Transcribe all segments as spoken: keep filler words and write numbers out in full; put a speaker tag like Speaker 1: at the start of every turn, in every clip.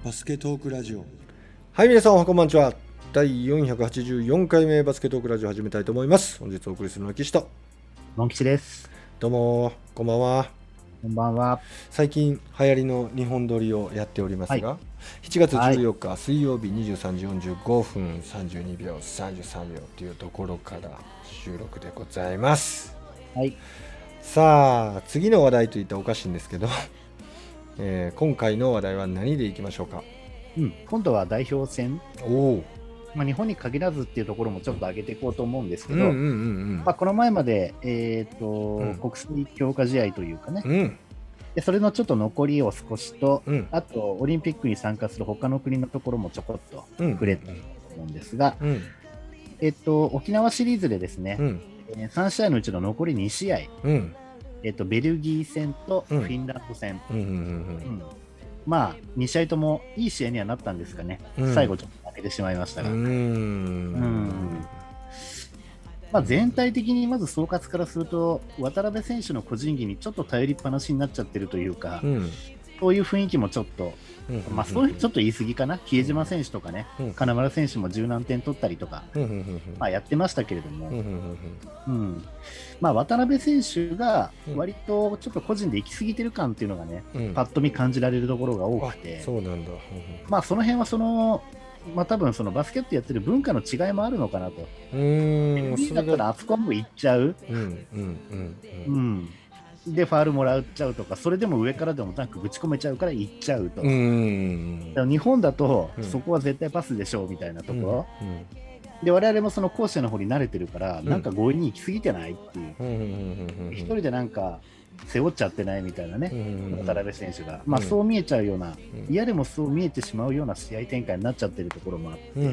Speaker 1: バスケトークラジオ。
Speaker 2: はい、皆さんおはこんばんちは。だいよんひゃくはちじゅうよんかいめバスケトークラジオ始めたいと思います。本日お送りするのは岸と
Speaker 3: モン吉です。
Speaker 2: どうもこんばんは。
Speaker 3: こんばんは。
Speaker 2: 最近流行りの日本撮りをやっておりますが、はい、しちがつじゅうよっか、はい、水曜日にじゅうさんじよんじゅうごふんさんじゅうにびょうさんじゅうさんびょうというところから収録でございます。
Speaker 3: はい。
Speaker 2: さあ次の話題といったらおかしいんですけど、えー、今回の話題は何でいきましょうか。
Speaker 3: うん、今度は代表戦。
Speaker 2: おー、
Speaker 3: まあ、日本に限らずっていうところもちょっと上げていこうと思うんですけど、
Speaker 2: うんうんうんうん
Speaker 3: まあ、この前まで、えーと
Speaker 2: うん、
Speaker 3: 国際強化試合というかね、
Speaker 2: うん、
Speaker 3: でそれのちょっと残りを少しと、
Speaker 2: うん、
Speaker 3: あとオリンピックに参加する他の国のところもちょこっと触れたと思うんですが、
Speaker 2: うんうん
Speaker 3: えーと沖縄シリーズでですね、
Speaker 2: うん
Speaker 3: えーさん試合のうちの残りに試合、
Speaker 2: うん
Speaker 3: えーとベルギー戦とフィンランド戦、
Speaker 2: うんうんうん
Speaker 3: うんまあ、に試合ともいい試合にはなったんですがね、うん、最後ちょっと負けてしまいましたが、
Speaker 2: うーん
Speaker 3: うんまあ、全体的にまず総括からすると、渡辺選手の個人技にちょっと頼りっぱなしになっちゃってるというか、うん、そういう雰囲気もちょっと、うんうんうんまあ、そういうちょっと言い過ぎかな、比江島選手とかね、うん、金丸選手も十何点取ったりとか、うんうんうんまあ、やってましたけれども、うんうんうんうんまあ、渡辺選手が割とちょっと個人で行き過ぎてる感っていうのがね、うん、パッと見感じられるところが多くて、
Speaker 2: そうなんだ、うんうん
Speaker 3: まあ、その辺はその、まあ、多分そのバスケットやってる文化の違いもあるのかなと。
Speaker 2: うーん、
Speaker 3: それだったらあそこも行っちゃう、
Speaker 2: うんうんうん
Speaker 3: うんうん、でファールもらっちゃうとか、それでも上からでもなくぶち込めちゃうから行っちゃうと。うん日本だと、うん、そこは絶対パスでしょうみたいなところ、うんうんで我々もその後者の方に慣れてるから、うん、なんか強引に行き過ぎてないっていう、一人でなんか背負っちゃってないみたいなね、うんうん、渡辺選手が、まあ、そう見えちゃうような、うん、嫌でもそう見えてしまうような試合展開になっちゃってるところもあって、うん、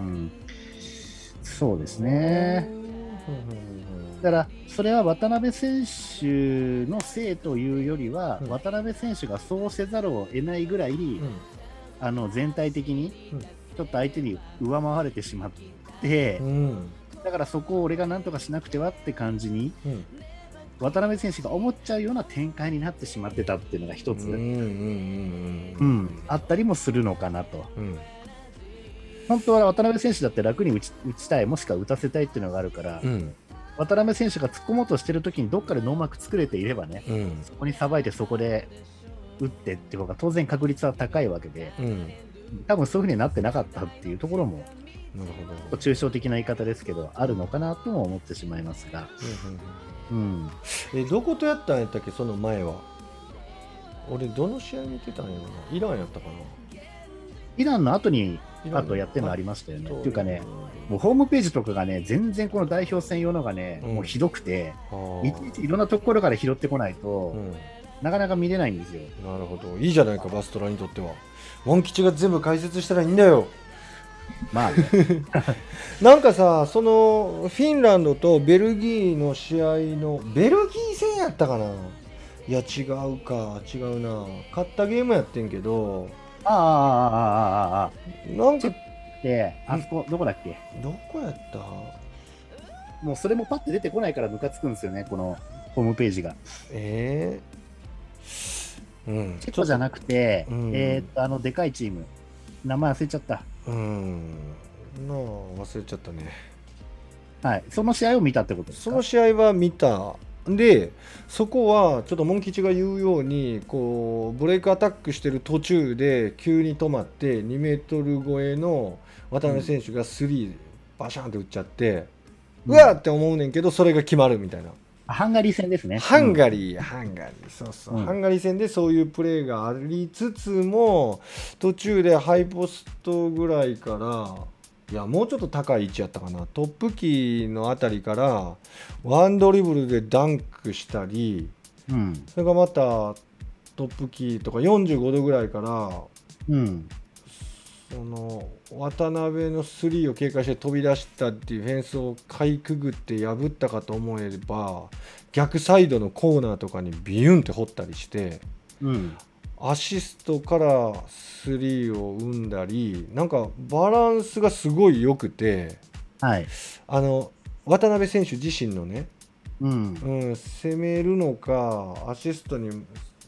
Speaker 3: そうですね。だからそれは渡辺選手のせいというよりは、うん、渡辺選手がそうせざるを得ないぐらい、うん、あの全体的にちょっと相手に上回れてしまって、うん、だからそこを俺が何とかしなくてはって感じに、うん、渡辺選手が思っちゃうような展開になってしまってたっていうのが一つあったりもするのかなと、うん、本当は渡辺選手だって楽に打 ち, 打ちたいもしくは打たせたいっていうのがあるから、うん、渡辺選手が突っ込もうとしてる時にどっかでノーマーク作れていればね、うん、そこにさばいてそこで打ってっていう方が当然確率は高いわけで、うん多分そういう風になってなかったっていうところも、なるほど抽象的な言い方ですけどあるのかなとも思ってしまいますが、
Speaker 2: うんうんうん、えどことやったんやったっけその前は。俺どの試合見てたんやろな。イランやったかな。
Speaker 3: イランの後にあとやってるのありましたよね。っていうかね、もうホームページとかがね全然この代表戦用のがね、うん、もうひどくていちいちいろんなところから拾ってこないと、うん、なかなか見れないんですよ。
Speaker 2: なるほど、いいじゃないかバストラにとっては。モン吉が全部解説したらいいんだよ。
Speaker 3: まあね
Speaker 2: なんかさ、そのフィンランドとベルギーの試合のベルギー戦やったかな。いや違うか違うな。勝ったゲームやってんけど、
Speaker 3: ああああああ
Speaker 2: なんか
Speaker 3: であそこどこだっけ。
Speaker 2: どこやった。
Speaker 3: もうそれもパッて出てこないからムカつくんですよね、このホームページが。
Speaker 2: えー、うん、
Speaker 3: チェコじゃなくて、うん、えー、っとあのでかいチーム名前忘れちゃった。
Speaker 2: うんなあ忘れちゃったね。
Speaker 3: はい、その試合を見たってことですか。
Speaker 2: その試合は見た。でそこはちょっとモン吉が言うようにこうブレイクアタックしてる途中で急に止まってにメートル超えの渡辺選手がスリーバシャンって打っちゃって、うん、うわーって思うねんけどそれが決まるみたいな。
Speaker 3: ハンガリー戦ですね。
Speaker 2: ハンガリー、うん、ハンガリーそうそう、うん、ハンガリー戦でそういうプレーがありつつも途中でハイポストぐらいからいやもうちょっと高い位置やったかな、トップキーのあたりからワンドリブルでダンクしたり、うん、それがまたトップキーとかよんじゅうごどぐらいから、うん、その渡辺のスリーを警戒して飛び出したっていうフェンスをかいくぐって破ったかと思えば逆サイドのコーナーとかにビュンって掘ったりして、うん、アシストからスリーを生んだりなんかバランスがすごい良くて、はい、あの渡辺選手自身のね、うんうん、攻めるのかアシストに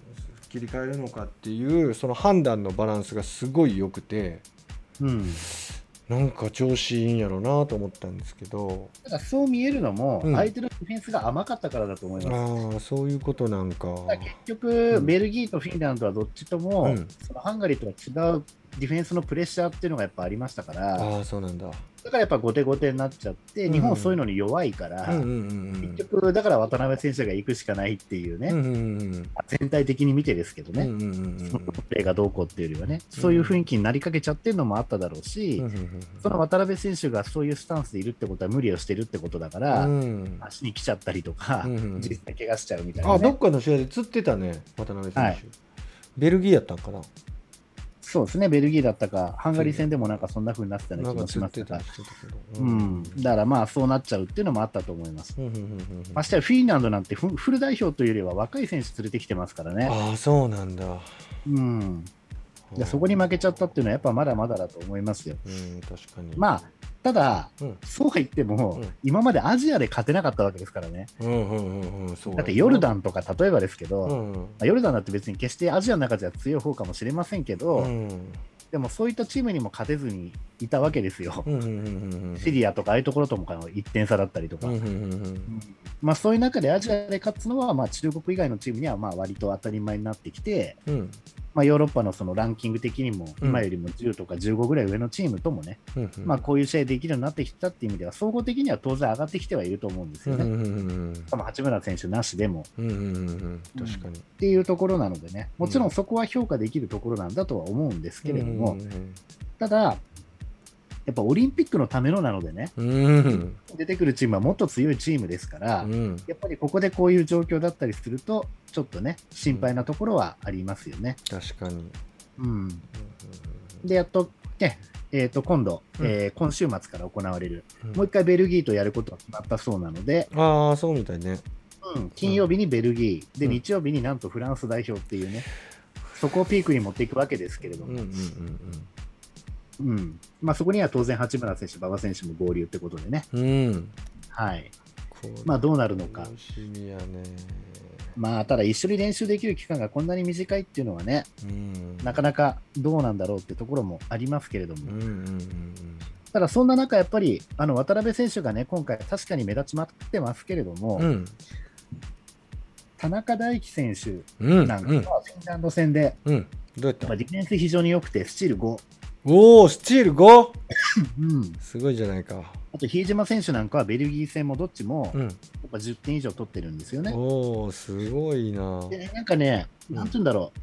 Speaker 2: 切り替えるのかっていうその判断のバランスがすごい良くて、
Speaker 3: うん、
Speaker 2: なんか調子いいんやろうなと思ったんですけど、
Speaker 3: ただそう見えるのも、
Speaker 2: うん
Speaker 3: 相手のディフェンスが甘かったからだと思います。
Speaker 2: ああそういうことなんか。
Speaker 3: 結局、
Speaker 2: うん
Speaker 3: ベルギーとフィンランドはどっちとも、
Speaker 2: うん
Speaker 3: そのハンガリーとは違うディフェンスのプレッシャーっていうのがやっぱありましたから、
Speaker 2: ああそうなんだ。
Speaker 3: だからやっぱ後手後手になっちゃって、
Speaker 2: うん
Speaker 3: 日本そういうのに弱いから、
Speaker 2: うんうんうん
Speaker 3: 結局、だから渡辺選手が行くしかないっていうね、
Speaker 2: うんうんうん
Speaker 3: 全体的に見てですけどね、
Speaker 2: うんうんうんうん
Speaker 3: そのプレーがどうこうっていうよりはね、そういう雰囲気になりかけちゃってるのもあっただろうし、
Speaker 2: うんうんうん
Speaker 3: その渡辺選手がそういうスタンスでいるってことは無理をしてるってことだから、
Speaker 2: うん
Speaker 3: 足に来ちゃったりとか、
Speaker 2: うんうん
Speaker 3: 実際怪我しちゃうみたいな、ね。
Speaker 2: あどっかの試合で釣ってたね渡辺選手、
Speaker 3: はい、
Speaker 2: ベルギーやったんかな。
Speaker 3: そうですね、ベルギーだったか、ハンガリー戦でもなんかそんな風になってたような気もしますが、うん、だからまあそうなっちゃうっていうのもあったと思います。
Speaker 2: うんうんうんうん、
Speaker 3: ましてやフィンランドなんてフフル代表というよりは若い選手連れてきてますからね。
Speaker 2: ああそうなんだ。
Speaker 3: うんでそこに負けちゃったっていうのはやっぱまだまだだと思いますよ。
Speaker 2: うん、確かに。
Speaker 3: まあただ、うん、そうは言っても、うん、今までアジアで勝てなかったわけですからね。だってヨルダンとか例えばですけど、うんうんまあ、ヨルダンだって別に決してアジアの中では強い方かもしれませんけど、うん、でもそういったチームにも勝てずにいたわけですよ。シリアとかああいうところともいってん差だったりとか、まあ、そういう中でアジアで勝つのは、まあ、中国以外のチームにはまあ割と当たり前になってきて、うんまあ、ヨーロッパのそのランキング的にも今よりもじゅうとかじゅうごぐらい上のチームともね、うんまあ、こういう試合できるようになってきたっていう意味では総合的には当然上がってきてはいると思うんですよね。多分八村選手なしでも、うんうんうん、確かにっていうところなのでね、もちろんそこは評価できるところなんだとは思うんですけれども、うんうんうん、ただやっぱオリンピックのためのなのでね、うん、出てくるチームはもっと強いチームですから、うん、やっぱりここでこういう状況だったりするとちょっとね心配なところはありますよね。
Speaker 2: 確かに、
Speaker 3: うん、でやっとね、えー、と今度、うんえー、今週末から行われる、うん、もう一回ベルギーとやることが決まったそうなので、
Speaker 2: ああそうみたいね、
Speaker 3: うん、金曜日にベルギーで、うん、日曜日になんとフランス代表っていうね、そこをピークに持っていくわけですけれども、うんうんうんうんうんまあ、そこには当然八村選手、馬場選手も合流ってことでね、うんはいまあ、どうなるのか、楽しみやね。まあ、ただ一緒に練習できる期間がこんなに短いっていうのはね、うんなかなかどうなんだろうってところもありますけれども、うんうんうん、ただそんな中やっぱりあの渡辺選手がね今回確かに目立ちまくってますけれども、うん、田中大輝選手なんかはフィンランド戦で、うんうん、どうやった？まあ、ディフェンス非常に良くてスチールご、
Speaker 2: おおスチール ご? うん、すごいじゃないか。
Speaker 3: あと比江島選手なんかはベルギー戦もどっちもやっぱじゅってん以上取ってるんですよね。
Speaker 2: おおすごいな。
Speaker 3: でなんかね、なんて言うんだろ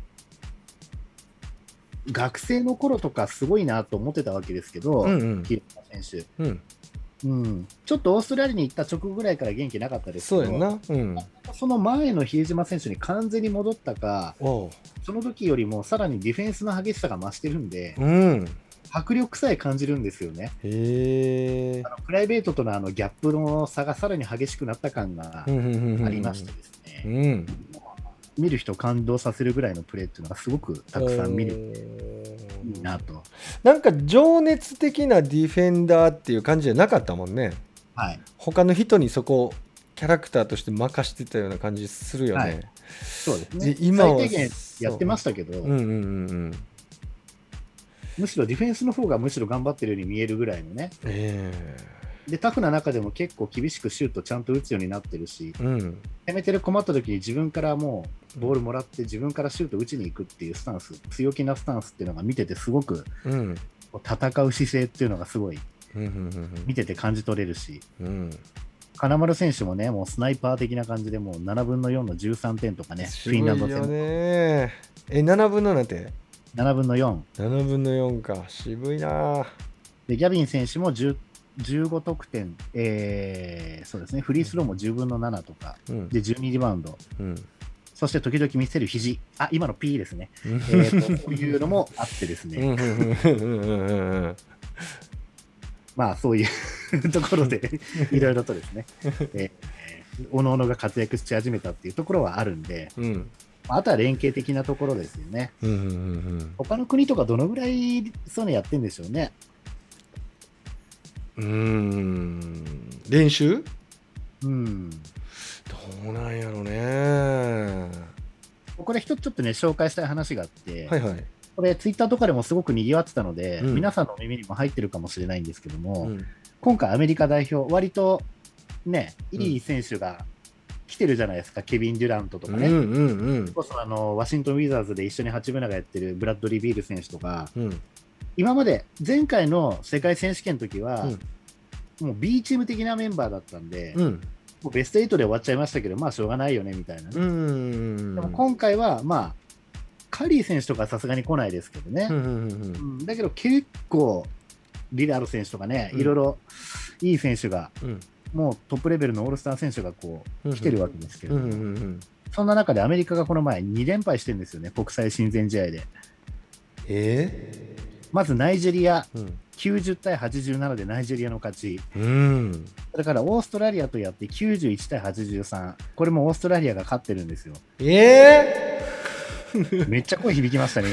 Speaker 3: う、学生の頃とかすごいなと思ってたわけですけど、うんうん、比江島選手、うんうん、ちょっとオーストラリアに行った直後ぐらいから元気なかったですけど、そうやな、うん、その前の比江島選手に完全に戻ったか、その時よりもさらにディフェンスの激しさが増してるんで、うん、迫力さえ感じるんですよね。へあのプライベートとのあのギャップの差がさらに激しくなった感がありましてですね、うん、見る人を感動させるぐらいのプレーっていうのがすごくたくさん見るいいなと。
Speaker 2: なんか情熱的なディフェンダーっていう感じじゃなかったもんね、はい、他の人にそこキャラクターとして任してたような感じするよね、はい、
Speaker 3: そうですね。今は最低限やってましたけど、うんうんうんうんむしろディフェンスの方がむしろ頑張ってるように見えるぐらいのね、えー、でタフな中でも結構厳しくシュートちゃんと打つようになってるし、うん、攻めてる困った時に自分からもうボールもらって自分からシュート打ちに行くっていうスタンス、強気なスタンスっていうのが見ててすごく、うん、戦う姿勢っていうのがすごい見てて感じ取れるし、うん、金丸選手もねもうスナイパー的な感じでもうななぶんのよんのじゅうさんてんとかね、フィンランド戦も
Speaker 2: えななぶんのなんて
Speaker 3: ななぶんのよん。
Speaker 2: ななぶんのよんか、渋いな。
Speaker 3: で、ギャビン選手もじゅう、じゅうご得点、えー、そうですね、フリースローもじゅうぶんのななとか、うん、で、じゅうにリバウンド、うん、そして時々見せる肘、あ、今の P ですね。えーと、そういうのもあってですね。まあ、そういうところで、いろいろとですね、えー、おのおのが活躍し始めたっていうところはあるんで、うんあとは連携的なところですよね、うんうんうん、他の国とかどのぐらいそういうのやってるんでしょうね。
Speaker 2: うーん練習うんどうなんやろね。
Speaker 3: これ一つちょっとね紹介したい話があって、
Speaker 2: はいはい、
Speaker 3: これツイッターとかでもすごく賑わってたので、
Speaker 2: うん、
Speaker 3: 皆さんの耳にも入ってるかもしれないんですけども、
Speaker 2: うん、
Speaker 3: 今回アメリカ代表割とねいい選手が来てるじゃないですか、ケビン・デュラントとかね、
Speaker 2: うんうんうん、
Speaker 3: こそあのワシントン・ウィザーズで一緒に八分長やってるブラッドリー・ビール選手とか、
Speaker 2: うん、
Speaker 3: 今まで前回の世界選手権の時は、うん、もう B チーム的なメンバーだったんで、うん、もうベストエイトで終わっちゃいましたけど、まあしょうがないよねみたいなね。うん、でも今回はまあカリー選手とかさすがに来ないですけどね、うんうんうんうん、だけど結構リラード選手とかね、うん、いろいろいい選手が、うん、もうトップレベルのオールスター選手がこう来てるわけですけど、うんうんうんうん、そんな中でアメリカがこの前に連敗してるんですよね、国際親善試合で。
Speaker 2: えー、
Speaker 3: まずナイジェリア、うん、きゅうじゅうたいはちじゅうななでナイジェリアの勝ち、うん、それからオーストラリアとやってきゅうじゅういちたいはちじゅうさん、これもオーストラリアが勝ってるんですよ。
Speaker 2: え
Speaker 3: ー、めっちゃ声響きましたね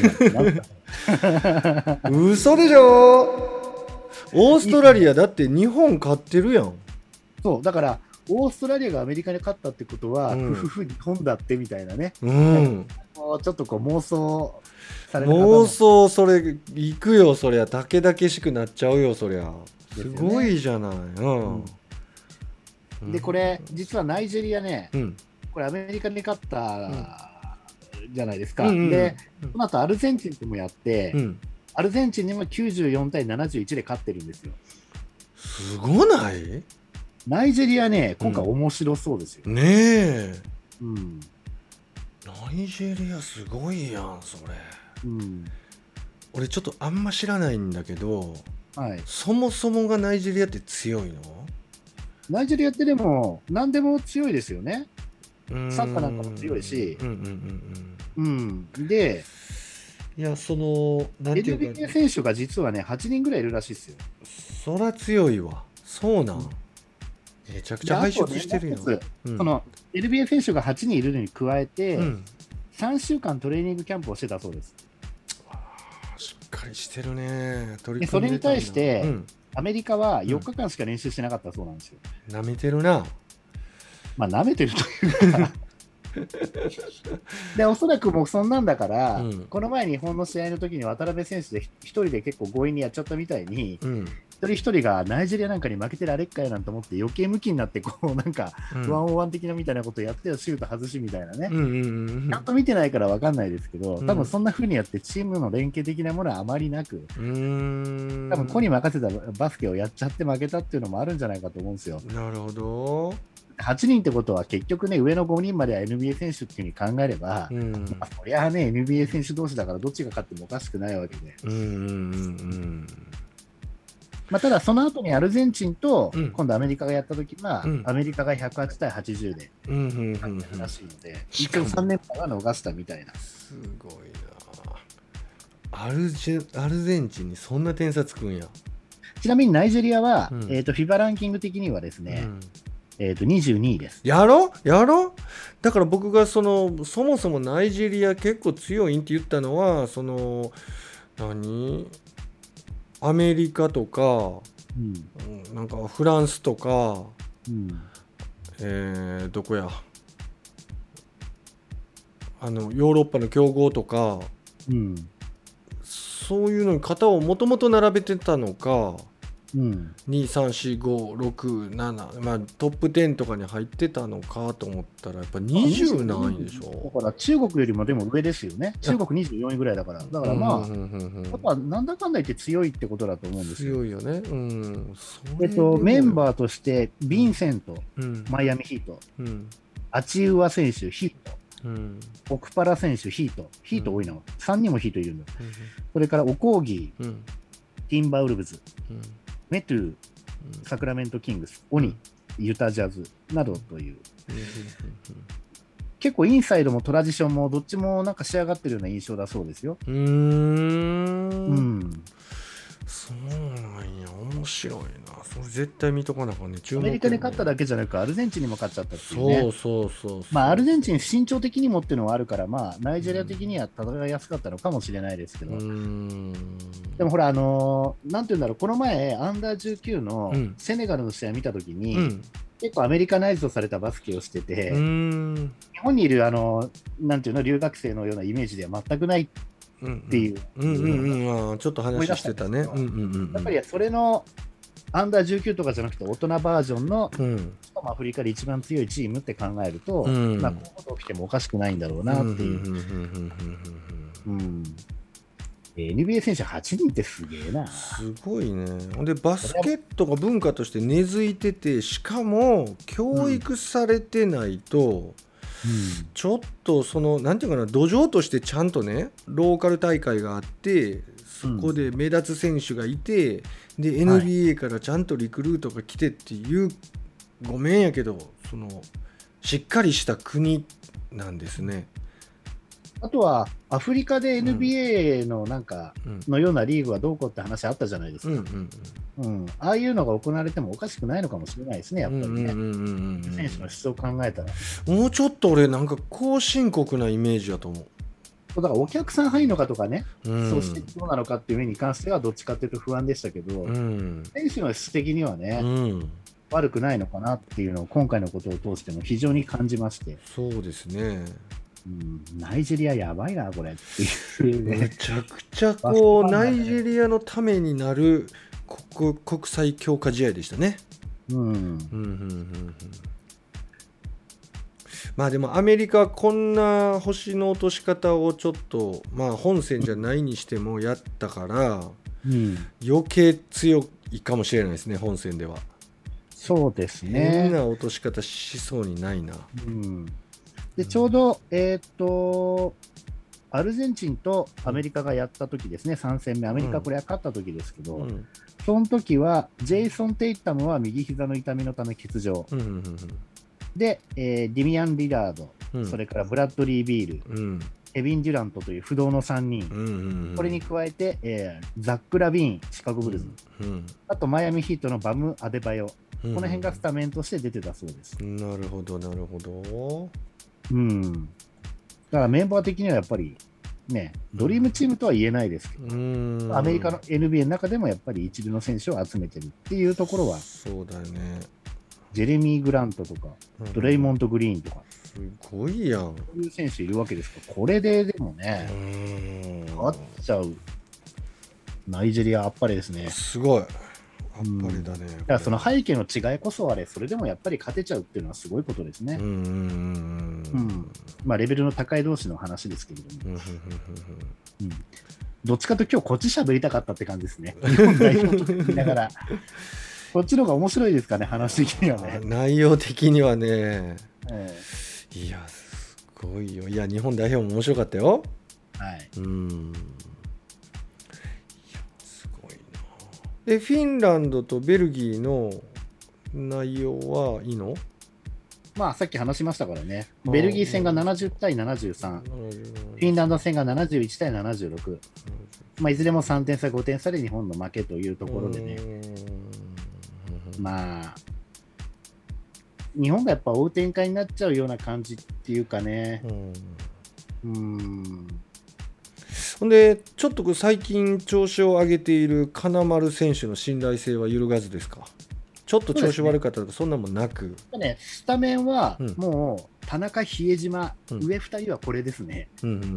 Speaker 2: 今嘘でしょ。オーストラリアだって日本勝ってるやん。
Speaker 3: そうだからオーストラリアがアメリカに勝ったってことは、うん、ふふふ日本だってみたいなね、うん、もうちょっとこう妄想される方も
Speaker 2: 妄想、それいくよ、そりゃ武々しくなっちゃうよ、そりゃすごいじゃない、うん
Speaker 3: うん、でこれ実はナイジェリアね、うん、これアメリカに勝った、うん、じゃないですか、うんうん、でその後アルゼンチンともやって、うん、アルゼンチンにもきゅうじゅうよんたいななじゅういちで勝ってるんですよ。
Speaker 2: すごない？
Speaker 3: ナイジェリアね、今回面白そうですよ、
Speaker 2: うん、ねえ、うん、ナイジェリアすごいやんそれ、うん、俺ちょっとあんま知らないんだけど、はい、そもそもがナイジェリアって強いの？
Speaker 3: ナイジェリアってでも何でも強いですよね。サッカーなんかも強いし、うんうんうんうんうん、で
Speaker 2: いやそのなんていうか
Speaker 3: エヌビーエー 選手が実はねはちにんぐらいいるらしいですよ。
Speaker 2: そら強いわ。そうなん、うん、めちゃくちゃ輩出してるよ、ね、
Speaker 3: うん、その エヌビーエー 選手がはちにんいるのに加えて、うん、さんしゅうかんトレーニングキャンプをしてたそうです。
Speaker 2: あしっかりしてるね。取り組んでたんだ。
Speaker 3: でそれに対して、うん、アメリカはよっかかんしか練習してなかったそうなんですよ。
Speaker 2: な、うん、めてるな。
Speaker 3: まあなめてるというかでおそらくもうそんなんだから、うん、この前日本の試合の時に渡辺選手で一人で結構強引にやっちゃったみたいに、うん、一人一人がナイジェリアなんかに負けてられっかよなんて思って余計ムキになってこうなんか、うん、ワンオーワン的なみたいなことやってよシュート外しみたいなね、うんうんうん、ちゃんと見てないから分かんないですけど、多分そんな風にやってチームの連携的なものはあまりなく、うーん多分個に任せたバスケをやっちゃって負けたっていうのもあるんじゃないかと思うんですよ。
Speaker 2: なるほど。
Speaker 3: はちにんってことは結局ね上のごにんまでは エヌビーエー 選手っていう風に考えれば、うんまあ、そりゃあね エヌビーエー 選手同士だからどっちが勝ってもおかしくないわけで、うんうんうんまあ、ただその後にアルゼンチンと今度アメリカがやった時は、うん、アメリカがひゃくはちたいはちじゅうで勝ってるらしいので、うんうんうん、一応さんねんかんは逃したみたいな。
Speaker 2: すごいな。アルジェ、アルゼンチンにそんな点差つくんや。
Speaker 3: ちなみにナイジェリアは、うんえー、と フィバ ランキング的にはですね、うんえー、とにじゅうにいです。
Speaker 2: やろやろだから僕がそのそもそもナイジェリア結構強いんって言ったのはその何アメリカとか、うん、なんかフランスとか、うんえー、どこやあのヨーロッパの強豪とか、うん、そういうのに型をもともと並べてたのか、うん、にさんしごろくなな、まあ、トップじゅうとかに入ってたのかと思ったらやっぱにじゅう何位でしょ。
Speaker 3: だから中国よりもでも上ですよね。中国にじゅうよんいぐらいだからだからまあ、うんうんうんうん、やっぱなんだかんだ言って強いってことだと思うんですよ。
Speaker 2: 強いよね、うん、
Speaker 3: えっと、メンバーとしてヴィンセント、うん、マイアミヒート、うん、アチウア選手ヒート、うん、オクパラ選手ヒートヒート多いな、うん、さんにんもヒートいるんだ、うん、それからオコーギー、うん、ティンバウルブズ、うんメトゥー、サクラメントキングス、オニ、ユタジャズなどという、結構インサイドもトラジションもどっちもなんか仕上がってるような印象だそうですよ。うーん、
Speaker 2: うん、そうなんや、面白いな。それ絶対見とかなかね。
Speaker 3: アメリカに勝っただけじゃなくアルゼンチンにも勝っちゃったっていうね。
Speaker 2: そうそうそうそう。
Speaker 3: まあアルゼンチン身長的にもっていうのはあるから、まあナイジェリア的には戦いやすかったのかもしれないですけど、うーんでもほらあのー、なんていうんだろう、この前アンダーじゅうきゅうのセネガルの試合見たときに、うん結構アメリカナイズドされたバスケをしてて、
Speaker 2: うーん
Speaker 3: 日本にいるあのなんていうの留学生のようなイメージでは全くないっていう、
Speaker 2: うんうんうんうん、あちょっと話してたね。うんうんうん、
Speaker 3: やっぱりそれのアンダーじゅうきゅうとかじゃなくて大人バージョンの、うん、アフリカで一番強いチームって考えると、うん、まあ、こういうこと起きてもおかしくないんだろうなっていう。エヌビーエー 選手はちにんってすげえな。
Speaker 2: すごいね。でバスケットが文化として根付いてて、しかも教育されてないと、うん、ちょっとそのなんていうかな、土壌としてちゃんとねローカル大会があって、そこで目立つ選手がいて、うん、で エヌビーエー からちゃんとリクルートが来てっていう、はい、ごめんやけどそのしっかりした国なんですね。
Speaker 3: あとはアフリカで エヌビーエー のなんかのようなリーグはどうこうって話あったじゃないですか。うんうんうんうん、ああいうのが行われてもおかしくないのかもしれないですね、やっぱりね。選手の質を考えたら。
Speaker 2: もうちょっと俺なんか後進国なイメージだと思う。
Speaker 3: だからお客さん入るのかとかね、うん、そしてどうなのかっていう面に関してはどっちかっていうと不安でしたけど、うん、選手の質的にはね、うん、悪くないのかなっていうのを今回のことを通しても非常に感じまして。
Speaker 2: そうですね。
Speaker 3: うん、ナイジェリアやばいなこれっていう、ね、
Speaker 2: めちゃくちゃこうナイジェリアのためになる 国, 国際強化試合でしたね。うんうんうんうん、まあでもアメリカはこんな星の落とし方をちょっとまあ本戦じゃないにしてもやったから、うん、余計強いかもしれないですね、本戦では。
Speaker 3: そうですね。
Speaker 2: 変な落とし方しそうにないな。
Speaker 3: うんでちょうど、えー、とアルゼンチンとアメリカがやった時ですね、さん戦目、アメリカこれは勝った時ですけど、うん、その時はジェイソン・テイタムは右膝の痛みのため欠場、うんうんうんうん、で、えー、ディミアン・リラード、うん、それからブラッドリー・ビール、うん、エビン・デュラントという不動のさんにん、うんうんうん、これに加えて、えー、ザック・ラビーン、シカゴ・ブルズ、うんうん、あとマイアミ・ヒートのバム・アデバヨ、うん、この辺がスタメンとして出てたそうです。
Speaker 2: なるほどなるほど。
Speaker 3: うん、だからメンバー的にはやっぱりね、ドリームチームとは言えないですけど、うん、アメリカの エヌビーエー の中でもやっぱり一流の選手を集めてるっていうところは、
Speaker 2: そうだよね。
Speaker 3: ジェレミー・グラントとか、うん、ドレイモント・グリーンとか、
Speaker 2: すごいやん。
Speaker 3: そういう選手いるわけですから、これででもね、変わっちゃう。ナイジェリアあっぱれですね。
Speaker 2: すごい。あっぱれだね。
Speaker 3: だからその背景の違いこそあれ、それでもやっぱり勝てちゃうっていうのはすごいことですね。うんうんうんうんまあレベルの高い同士の話ですけれども、うん、どっちかと今日こっち喋りたかったって感じですね。日本代表と言いながらこっちの方が面白いですかね、話的にはね。
Speaker 2: 内容的にはね、えー、いやすごいよ。いや日本代表も面白かったよ。はい。うんでフィンランドとベルギーの内容はいいの？
Speaker 3: まあさっき話しましたからね。ベルギー戦がななじゅうたいななじゅうさん、フィンランド戦がななじゅういちたいななじゅうろく、まあ、いずれもさんてん差ごてん差で日本の負けというところでね、まあ日本がやっぱ追う展開になっちゃうような感じっていうかね。うーん
Speaker 2: ほんでちょっと最近調子を上げている金丸選手の信頼性は揺るがずですか？ちょっと調子悪かったとか そ,、ね、そんなもんなく、
Speaker 3: ね、スタメンはもう田中、比江島、うん、上ふたりはこれですね、うんうんうんうん、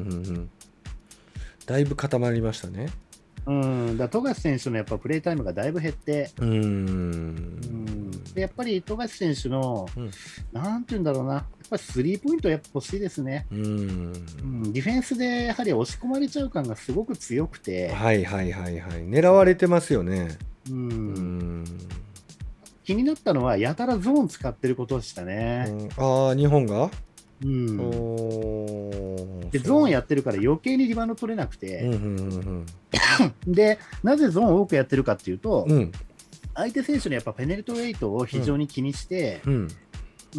Speaker 2: だいぶ固まりましたね。
Speaker 3: うんだ富樫選手のやっぱプレータイムがだいぶ減ってうんうんでやっぱり富樫選手の、うん、なんていうんだろうな、やっぱりスリーポイントやっぱ欲しいですね。うんうんディフェンスでやはり押し込まれちゃう感がすごく強くて、
Speaker 2: はいはいはいはい、狙われてますよね。うん
Speaker 3: うん気になったのはやたらゾーン使ってることでしたね。
Speaker 2: うん、ああ日本が
Speaker 3: うん、でゾーンやってるから余計にリバウンド取れなくて、うんうんうんうん、でなぜゾーンを多くやってるかっていうと、うん、相手選手のやっぱペネルトレートを非常に気にして、うんうん、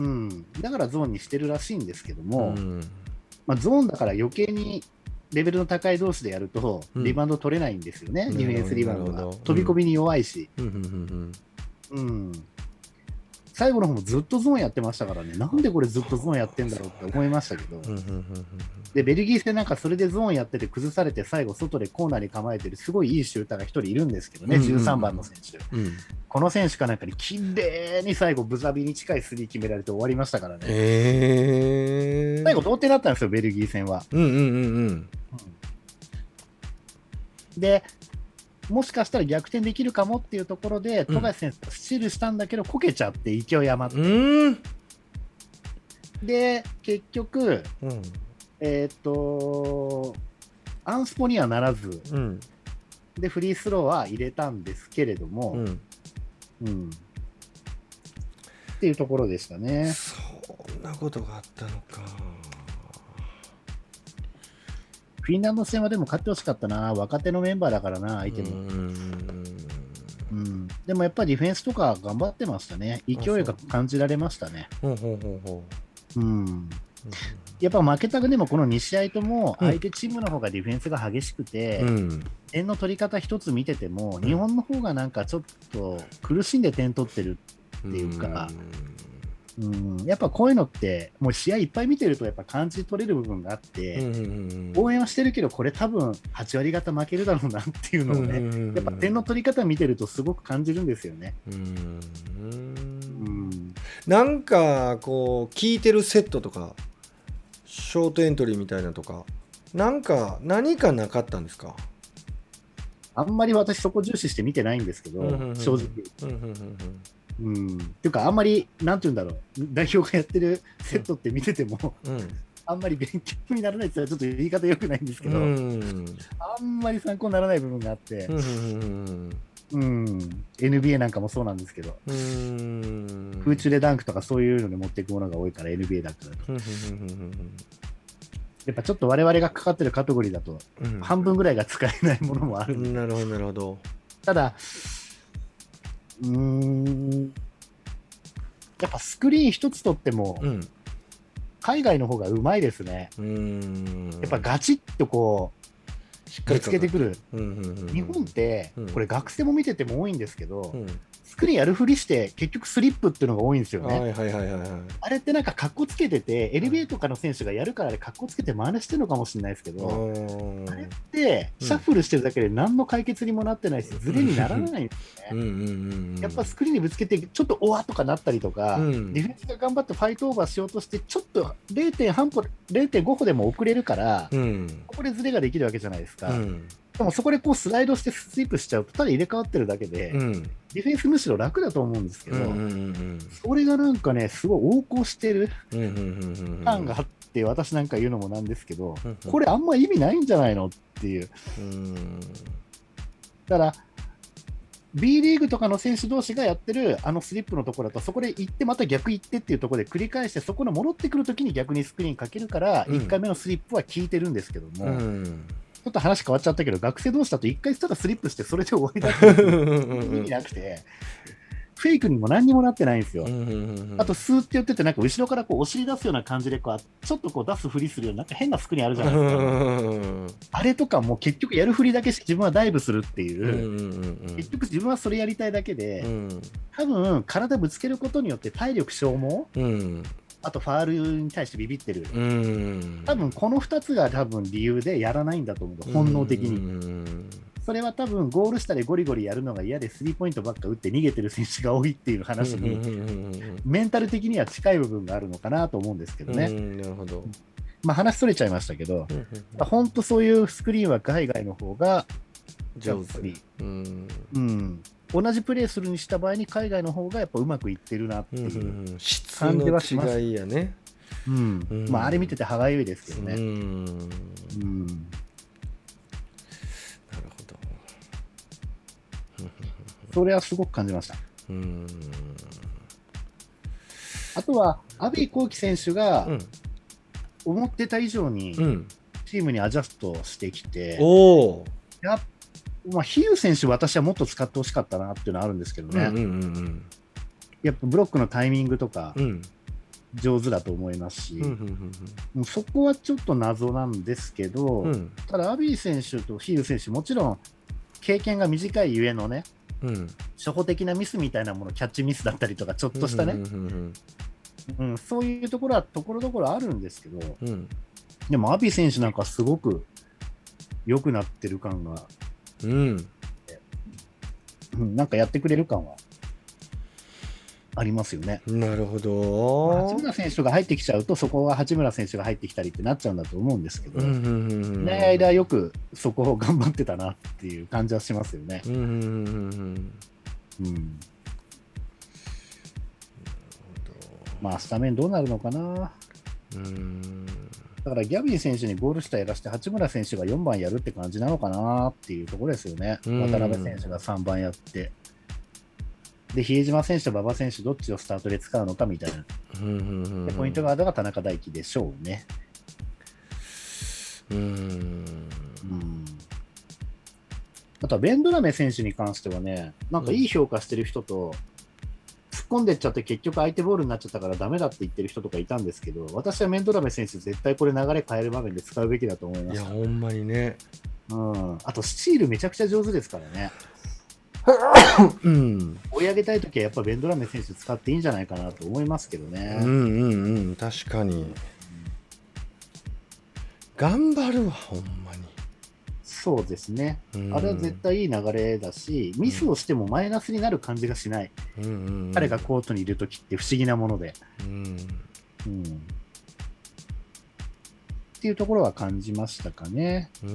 Speaker 3: だからゾーンにしてるらしいんですけども、うんまあ、ゾーンだから余計にレベルの高い同士でやるとリバウンド取れないんですよね、うん、ディフェンスリバウンドが飛び込みに弱いし、うんうんうんうん最後の方もずっとゾーンやってましたからね、なんでこれずっとゾーンやってんだろうって思いましたけど、でベルギー戦なんかそれでゾーンやってて崩されて最後外でコーナーに構えてるすごいいいシューターが一人いるんですけどね、じゅうさんばんの選手、うん、この選手かなんかにきれいに最後ブザビーに近いスリー決められて終わりましたからね、えー、最後同点だったんですよベルギー戦は。うんうんうんうん、でもしかしたら逆転できるかもっていうところで、富樫選手スチールしたんだけどこけちゃって勢い余って、うん、で結局、うん、えっ、ー、とアンスポにはならず、うん、でフリースローは入れたんですけれども、うんうん、っていうところでしたね。
Speaker 2: そんなことがあったのか。
Speaker 3: フィンランド戦はでも勝ってほしかったな、若手のメンバーだからな、相手も。うん、でもやっぱりディフェンスとか頑張ってましたね、勢いが感じられましたね。やっぱ負けたくでもこのに試合とも相手チームの方がディフェンスが激しくて、うん、点の取り方一つ見てても、日本の方がなんかちょっと苦しんで点取ってるっていうか、うん、やっぱこういうのってもう試合いっぱい見てるとやっぱ感じ取れる部分があって、うんうんうん、応援はしてるけどこれ多分はち割方負けるだろうなっていうのをね、うんうんうん、やっぱ点の取り方見てるとすごく感じるんですよね。うん、
Speaker 2: うん、なんかこう聞いてるセットとかショートエントリーみたいなとかなんか何かなかったんですか？
Speaker 3: あんまり私そこ重視して見てないんですけど、うんうんうん、正直、うんうんうんうん、っていうかあんまりなんていうんだろう、代表がやってるセットって見てても、うん、あんまり勉強にならないって言ったらちょっと言い方良くないんですけど、うん、あんまり参考にならない部分があって、うんうんうん、エヌビーエー なんかもそうなんですけど、うん、空中でダンクとかそういうのに持っていくものが多いから エヌビーエー ダンクだと、うん、やっぱちょっと我々がかかってるカテゴリーだと半分ぐらいが使えないものもある、うん、
Speaker 2: なるほどなるほど。
Speaker 3: ただうーんやっぱスクリーン一つとっても、うん、海外の方がうまいですね。うーんやっぱガチッとこうしっかりつけてくる、うんうんうんうん、日本って、うん、これ学生も見てても多いんですけど、うん、スクリーンやるふりして結局スリップっていうのが多いんですよね、はいはいはいはい、あれってなんかカッコつけてて エルビーエー とかの選手がやるからでカッコつけて真似してるのかもしれないですけど、あれってシャッフルしてるだけで何の解決にもなってないし、ズレにならないんですね、うんうんうんうん、やっぱスクリーンにぶつけてちょっとおわとかなったりとか、うん、ディフェンスが頑張ってファイトオーバーしようとしてちょっと れいてんご 歩 れいてんご 歩でも遅れるから、うん、ここでズレができるわけじゃないですか、うん、でもそこでこうスライドしてスイープしちゃうとただ入れ替わってるだけで、うん、ディフェンスむしろ楽だと思うんですけど、うんうんうん、それがなんかねすごい横行してる感があって、私なんか言うのもなんですけど、うんうん、これあんま意味ないんじゃないのっていう、うん、だから B リーグとかの選手同士がやってるあのスリップのところだとそこで行ってまた逆行ってっていうところで繰り返して、そこの戻ってくるときに逆にスクリーンかけるから、うん、いっかいめのスリップは効いてるんですけども、うんちょっと話変わっちゃったけど、学生同士だといっかいただスリップしてそれで終わりだって意味なくて、フェイクにも何にもなってないんですよ。あとスーって言っててなんか後ろからこうお尻出すような感じでこうちょっとこう出すふりするようななんか変なスクリーンあるじゃないですか。あれとかも結局やるふりだけして自分はダイブするっていう、結局自分はそれやりたいだけで、多分体ぶつけることによって体力消耗、あとファールに対してビビってる、うん、多分このふたつが多分理由でやらないんだと思う、本能的に、うん、それは多分ゴール下でゴリゴリやるのが嫌でスリーポイントばっか打って逃げてる選手が多いっていう話に、うん、メンタル的には近い部分があるのかなと思うんですけどね、うん、なるほど、まあ、話それちゃいましたけど、本当そういうスクリーンは海外の方が上手に、うんうん同じプレーするにした場合に海外の方がやっぱうまくいってるなっていう感じはします。質の違いやね。うん。うん、まああれ見てて歯がゆいですけどね。うん。うん、なるほど。それはすごく感じました。うん。あとは阿部幸樹選手が思ってた以上にチームにアジャストしてきて、うん、おやっまあ、比喩選手、私はもっと使ってほしかったなっていうのはあるんですけどね、うんうんうん、やっぱブロックのタイミングとか上手だと思いますし、うんうんうんうん、もうそこはちょっと謎なんですけど、うん、ただ、アビー選手と比喩選手、もちろん経験が短いゆえのね、 うん、初歩的なミスみたいなもの、キャッチミスだったりとかちょっとしたね、うん、うん、そういうところはところどころあるんですけど、うん、でもアビ選手なんかすごく良くなってる感が、うんうん、なんかやってくれる感はありますよね。
Speaker 2: なるほど。
Speaker 3: 八村選手が入ってきちゃうと、そこは八村選手が入ってきたりってなっちゃうんだと思うんですけど、いない間よくそこを頑張ってたなっていう感じはしますよね。うんうんうんうん、まあスタメンどうなるのかな。うんだからギャビン選手にゴール下やらせて八村選手がよんばんやるって感じなのかなっていうところですよね。渡辺選手がさんばんやって、で比江島選手と馬場選手どっちをスタートで使うのかみたいな、うんうんうん、でポイントガードが田中大輝でしょうね。うーん、うん、あとはベンドラメ選手に関してはね、なんかいい評価してる人と、うん、突っ込んでっちゃって結局相手ボールになっちゃったからダメだって言ってる人とかいたんですけど、私はベンドラメ選手絶対これ流れ変える場面で使うべきだと思いました。
Speaker 2: いやほんまにね、
Speaker 3: うん、あとスチールめちゃくちゃ上手ですからね。うん、追い上げたいときはやっぱベンドラメ選手使っていいんじゃないかなと思いますけどね。
Speaker 2: うんうんうん、確かに、うん、頑張るわほんまに。
Speaker 3: そうですね、うん、あれは絶対いい流れだし、ミスをしてもマイナスになる感じがしない、うんうんうん、彼がコートにいるときって不思議なもので、うんうん、っていうところは感じましたかね。うん、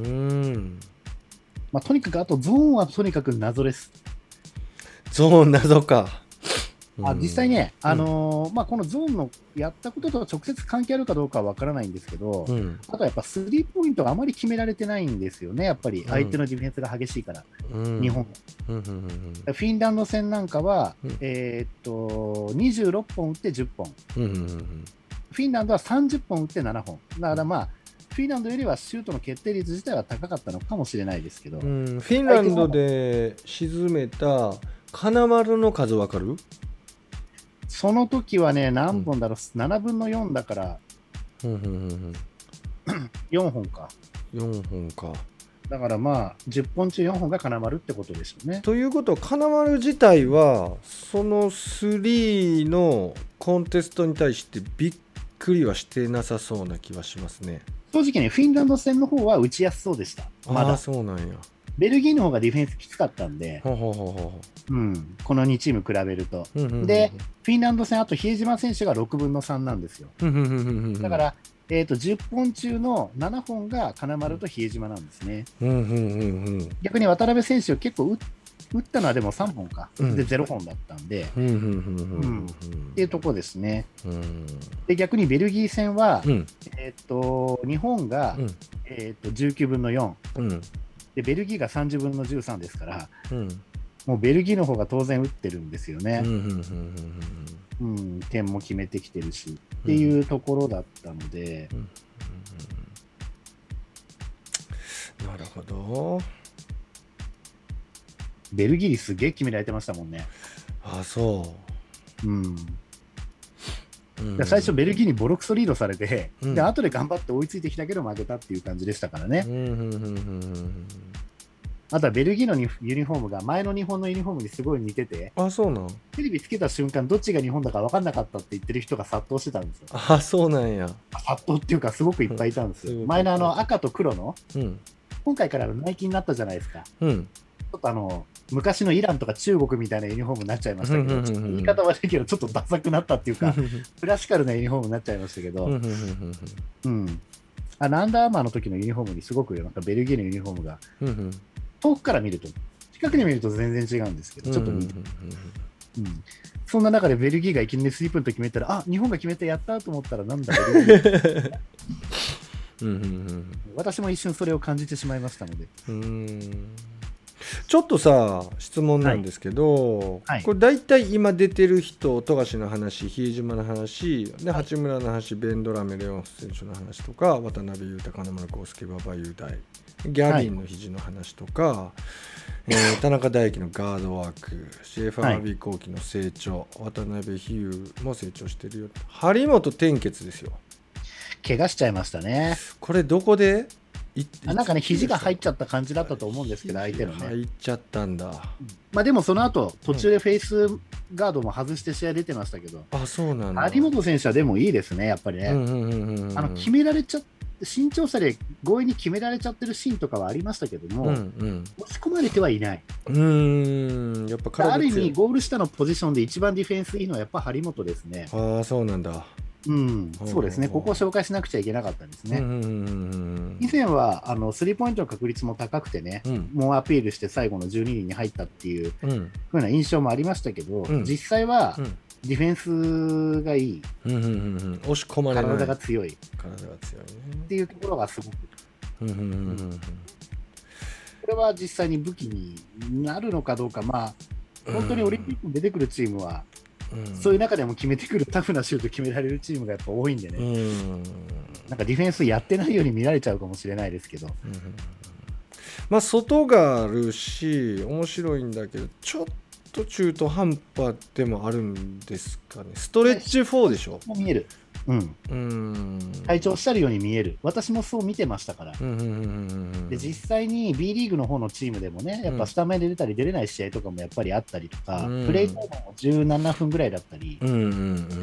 Speaker 3: まあ、とにかくあとゾーンはとにかく謎です。
Speaker 2: ゾーン謎か。
Speaker 3: あ実際ね、あのーうんまあ、このゾーンのやったことと直接関係あるかどうかは分からないんですけど、うん、あとはやっぱスリーポイントがあまり決められてないんですよね、やっぱり相手のディフェンスが激しいから、うん、日本、うんうんうんうん、フィンランド戦なんかは、うんえー、っとにじゅうろっぽん打ってじゅっぽん、うんうんうん、フィンランドはさんじゅっぽん打ってななほん、だからまあ、フィンランドよりはシュートの決定率自体は高かったのかもしれないですけど、うん、
Speaker 2: フィンランドで沈めた金丸の数分かる？
Speaker 3: その時はね、何本だろう、うん、ななぶんのよんだから、うんうんうんうん、よんほんか。
Speaker 2: よんほんか。
Speaker 3: だからまあ、じゅっぽん中よんほんが金丸ってことでしょうね。
Speaker 2: ということは、金丸自体は、そのスリーのコンテストに対してびっくりはしてなさそうな気はしますね。
Speaker 3: 正直ね、フィンランド戦の方は打ちやすそうでした。まだ
Speaker 2: ああ、そうなんや。
Speaker 3: ベルギーの方がディフェンスきつかったんで、ほうほうほうほう、うん、このにチーム比べると、うんうんうん、でフィンランド戦、あと比江島選手がろくぶんのさんなんですよ。うんうんうんうん、だから、えーと、じゅっぽん中のななほんが金丸と比江島なんですね。うんうんうんうん、逆に渡辺選手、結構 打, 打ったのはでもさんぼんか、うん、でゼロほんだったんで、っていうところですね。うん、で逆にベルギー戦は、うんえーと、日本が、うんえーと、じゅうきゅうぶんのよん。うんでベルギーがさんじゅうぶんのじゅうさんですから、うん、もうベルギーの方が当然打ってるんですよね。点も決めてきてるし、うん、っていうところだったので、うん
Speaker 2: うん、なるほど。
Speaker 3: ベルギーにすげえ決められてましたもんね。
Speaker 2: あ、そう。うん。
Speaker 3: うん、最初ベルギーにボロクソリードされて、うん、で後で頑張って追いついてきたけど負けたっていう感じでしたからね。うんうんうんうん、あとはベルギーのユニフォームが前の日本のユニフォームにすごい似てて、
Speaker 2: あ、そうなん。
Speaker 3: テレビつけた瞬間どっちが日本だか分かんなかったって言ってる人が殺到してたんですよ。
Speaker 2: あ、そうなんや。
Speaker 3: 殺到っていうかすごくいっぱいいたんですよ。前のあの赤と黒の、うん、今回からナイキになったじゃないですか。うん、ちょっとあの昔のイランとか中国みたいなユニフォームになっちゃいましたけど、ちょっと言い方悪いけどちょっとダサくなったっていうかクラシカルなユニフォームになっちゃいましたけど、うん、あのアンダーアーマーの時のユニフォームにすごくなんかベルギーのユニフォームが遠くから見ると、近くで見ると全然違うんですけど、ちょっと似てる、うん、そんな中でベルギーがいきなりスリーポイント決めたら、あ、日本が決めてやったと思ったらなんだベルギーうんうんうん、私も一瞬それを感じてしまいましたので。うーん、
Speaker 2: ちょっとさ質問なんですけど、はいはい、これ大体今出てる人、富樫の話、比江島の話で、八村の話、ベンドラメレオン選手の話とか、渡辺裕太、金丸康介、馬場雄大、ギャビンの肘の話とか、はい、えー、田中大輝のガードワーク、シェーファー・アビー後期の成長、はい、渡辺比喩も成長してるよ、張本天傑ですよ。
Speaker 3: 怪我しちゃいましたね。
Speaker 2: これどこで
Speaker 3: あなんかね肘が入っちゃった感じだったと思うんですけど相手のね
Speaker 2: 入っちゃったんだ。
Speaker 3: まあでもその後途中でフェイスガードも外して試合出てましたけど、
Speaker 2: うん、あそうなんだ。
Speaker 3: 張本選手はでもいいですねやっぱりね、
Speaker 2: うんうんうんうん、あの
Speaker 3: 決められちゃ身長差で強引に決められちゃってるシーンとかはありましたけども、うんうん、押し込まれてはいない。
Speaker 2: うーんやっぱ体
Speaker 3: ある意味ゴール下のポジションで一番ディフェンスいいのはやっぱ張本ですね。
Speaker 2: ああそうなんだ。
Speaker 3: うん、そうですね、ここを紹介しなくちゃいけなかったんですね。うんうんうん、以前はあのスリーポイントの確率も高くてね、うん、もうアピールして最後のじゅうににんに入ったっていうふうな印象もありましたけど、うん、実際はディフェンスがいい、
Speaker 2: うんうんうんうん、押し込まれない、
Speaker 3: 体が強い、
Speaker 2: 体が強いね
Speaker 3: っていうところがすごく、
Speaker 2: うんうんうんうん、
Speaker 3: これは実際に武器になるのかどうか、まあ、本当にオリンピックに出てくるチームは、うん、そういう中でも決めてくるタフなシュート決められるチームがやっぱ多いんでね、うん、なんかディフェンスやってないように見られちゃうかもしれないですけど、うん、
Speaker 2: まあ外があるし面白いんだけどちょっと中途半端でもあるんですかね。ストレッチフォーでしょ。
Speaker 3: もう見える、うん、うん体調したるように見える。私もそう見てましたから、うんうんうんうん、で実際に B リーグの方のチームでもねやっぱスタメンで出たり出れない試合とかもやっぱりあったりとか、うん、プレイタイムもじゅうななふんぐらいだったり、うんうんうん、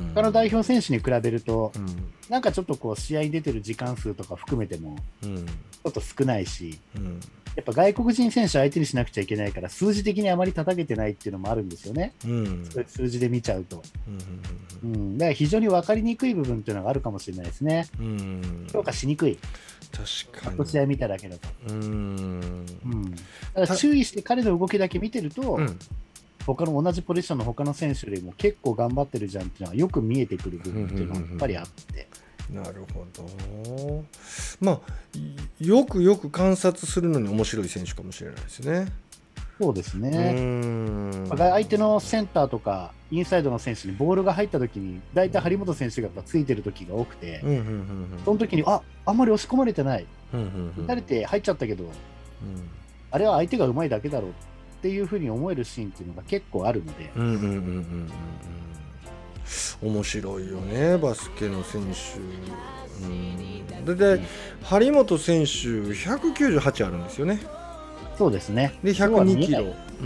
Speaker 3: 他の代表選手に比べると、うん、なんかちょっとこう試合に出てる時間数とか含めてもちょっと少ないし、うん、やっぱ外国人選手相手にしなくちゃいけないから数字的にあまり叩けてないっていうのもあるんですよね、うん、それ数字で見ちゃうと、うんうんうん、だから非常に分かりにくい部分っていうのがあるかもしれないですね、うん、評価しにくい。
Speaker 2: 確かに
Speaker 3: 試合見ただけだと、うん、うん、だから注意して彼の動きだけ見てると、うん、他の同じポジションの他の選手よりも結構頑張ってるじゃんっていうのはよく見えてくる部分っていうのはやっぱりあって、
Speaker 2: なるほど。まあよくよく観察するのに面白い選手かもしれないですね。
Speaker 3: そうですね。うん、相手のセンターとかインサイドの選手にボールが入った時に大体張本選手がやっぱついてる時が多くて、うんうんうんうん、その時にああんまり押し込まれてない、うんうんうん、打たれて入っちゃったけど、うん、あれは相手が上手いだけだろうっていうふうに思えるシーンっていうのが結構あるので、うんうんうんうんうん
Speaker 2: 面白いよねバスケの選手。うん、だいたい張本選手ひゃくきゅうじゅうはちあるんですよね。
Speaker 3: そうですね。
Speaker 2: でひゃくにキロ、うん、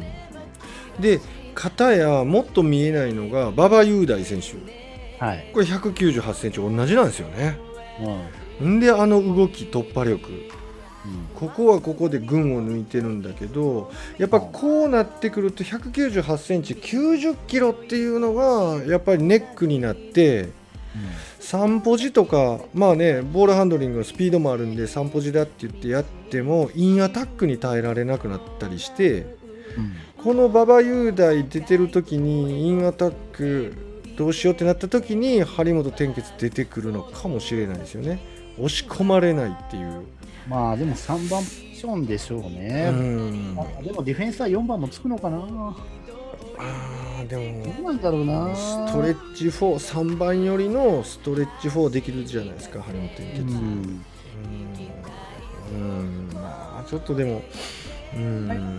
Speaker 2: で片やもっと見えないのが馬場雄大選手、はい、これひゃくきゅうじゅうはちセンチ同じなんですよね、うん、んであの動き突破力、うん、ここはここで群を抜いてるんだけどやっぱこうなってくるとひゃくきゅうじゅうはちセンチきゅうじゅっキロっていうのがやっぱりネックになって、うん、さんポジとかまあねボールハンドリングのスピードもあるんでさんポジだって言ってやってもインアタックに耐えられなくなったりして、うん、この馬場雄大出てる時にインアタックどうしようってなった時に張本天傑出てくるのかもしれないですよね。押し込まれないっていう。
Speaker 3: まあでもさんばんポジションでしょうね。うん、まあ、でもディフェンスはよんばんもつくのかな。
Speaker 2: あでも
Speaker 3: どうなんだろうな。
Speaker 2: ストレッチフォーさんばんよりのストレッチフォーできるじゃないですか張本天傑。うん、うん、まあちょっとでも、うん、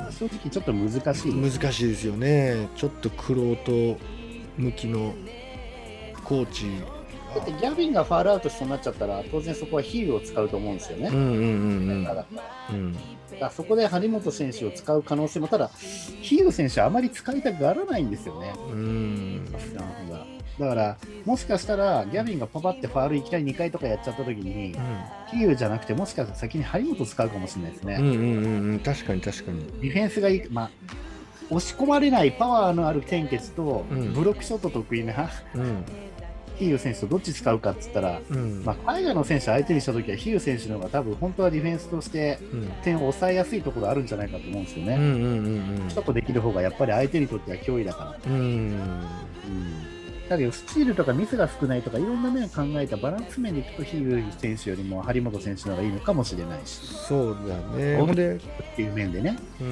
Speaker 3: 正直ちょっと難しい。
Speaker 2: 難しいですよね。ちょっと玄人向きのコーチ。
Speaker 3: だってギャビンがファールアウトしそうになっちゃったら当然そこはヒールを使うと思うんですよね。うんうんうんうん、だからうんだそこで張本選手を使う可能性もただヒール選手はあまり使いたくあらないんですよね。うんだからもしかしたらギャビンがパパってファールいきなりにかいとかやっちゃった時に、うん、ヒールじゃなくてもしかしたら先に張本使うかもしれないですね。うんうん
Speaker 2: うん、確かに確かに
Speaker 3: ディフェンスがいい、まあ、押し込まれないパワーのある天傑と、うん、ブロックショット得意な、うんヒーユ選手とどっち使うかって言ったら、うんまあ、海外の選手相手にしたときはヒーユ選手の方が多分本当はディフェンスとして点を抑えやすいところあるんじゃないかと思うんですよね。うんうんうんうん、ちょっとできる方がやっぱり相手にとっては脅威だから。うんうん、だけどスチールとかミスが少ないとかいろんな面を考えたバランス面でいくとヒーユ選手よりも張本選手の方がいいのかもしれないし。
Speaker 2: そうだね。
Speaker 3: ほんでっていう面でね、
Speaker 2: うん。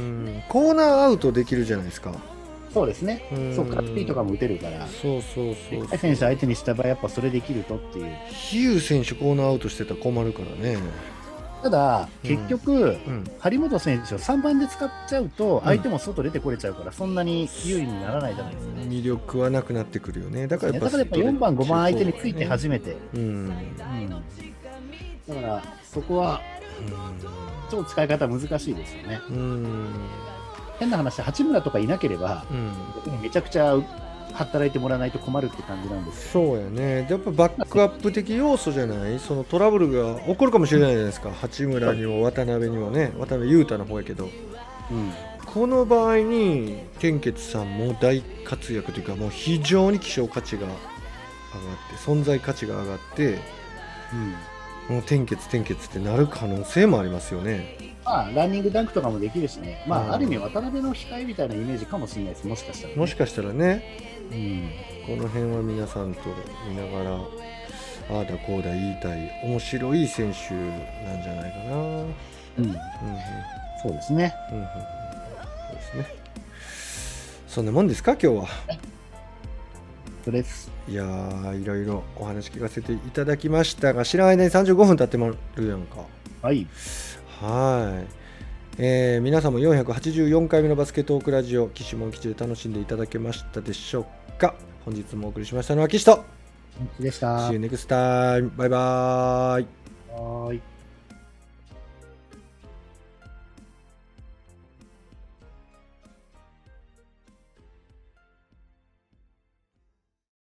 Speaker 2: コーナーアウトできるじゃないですか。
Speaker 3: そうですね。そうか、スピーとかも打てるから。
Speaker 2: そうそうそう。
Speaker 3: 選手相手にした場合やっぱそれできるとっていう。
Speaker 2: ヒュー選手コーナーアウトしてたら困るからね。
Speaker 3: ただ結局、うん、張本選手をさんばんで使っちゃうと相手も外出てこれちゃうから、うん、そんなに有利にならないじゃないですか。
Speaker 2: 魅力はなくなってくるよね。だからやっぱ、
Speaker 3: だからやっぱよんばんごばん相手について初めて。うん。うん、だからそこは超使い方難しいですよね。
Speaker 2: うん、
Speaker 3: 変な話、八村とかいなければ、うん、めちゃくちゃ働いてもらわないと困るって感じなんです
Speaker 2: よ。そうやね。やっぱバックアップ的要素じゃない、そのトラブルが起こるかもしれないじゃないですか。八村にも渡辺にもね、渡辺裕太の方やけど、うん、この場合に天傑さんも大活躍というか、もう非常に希少価値が上がって存在価値が上がって、うん、もう天傑天傑ってなる可能性もありますよね。
Speaker 3: まあ、ランニングダンクとかもできるしね、まあ、うん、ある意味渡辺の控えみたいなイメージかもしれないです、もしかしたら、ね、
Speaker 2: もしかしたらね、うん、この辺は皆さんと見ながらああだこうだ言いたい面白い選手なんじゃないかな。うん、うん、
Speaker 3: そうですね、うん、
Speaker 2: そうですね。そんなもんですか今日は。
Speaker 3: そうです。
Speaker 2: いやー、いろいろお話聞かせていただきましたが、知らない間にさんじゅうごふん経ってもらるやんか。
Speaker 3: はい
Speaker 2: はい、えー、皆さんもよんひゃくはちじゅうよんかいめのバスケトークラジオ岸門吉で楽しんでいただけましたでしょうか。本日もお送りしましたのは岸と
Speaker 3: でした。
Speaker 2: See you next time. バイバーイ。
Speaker 3: はい。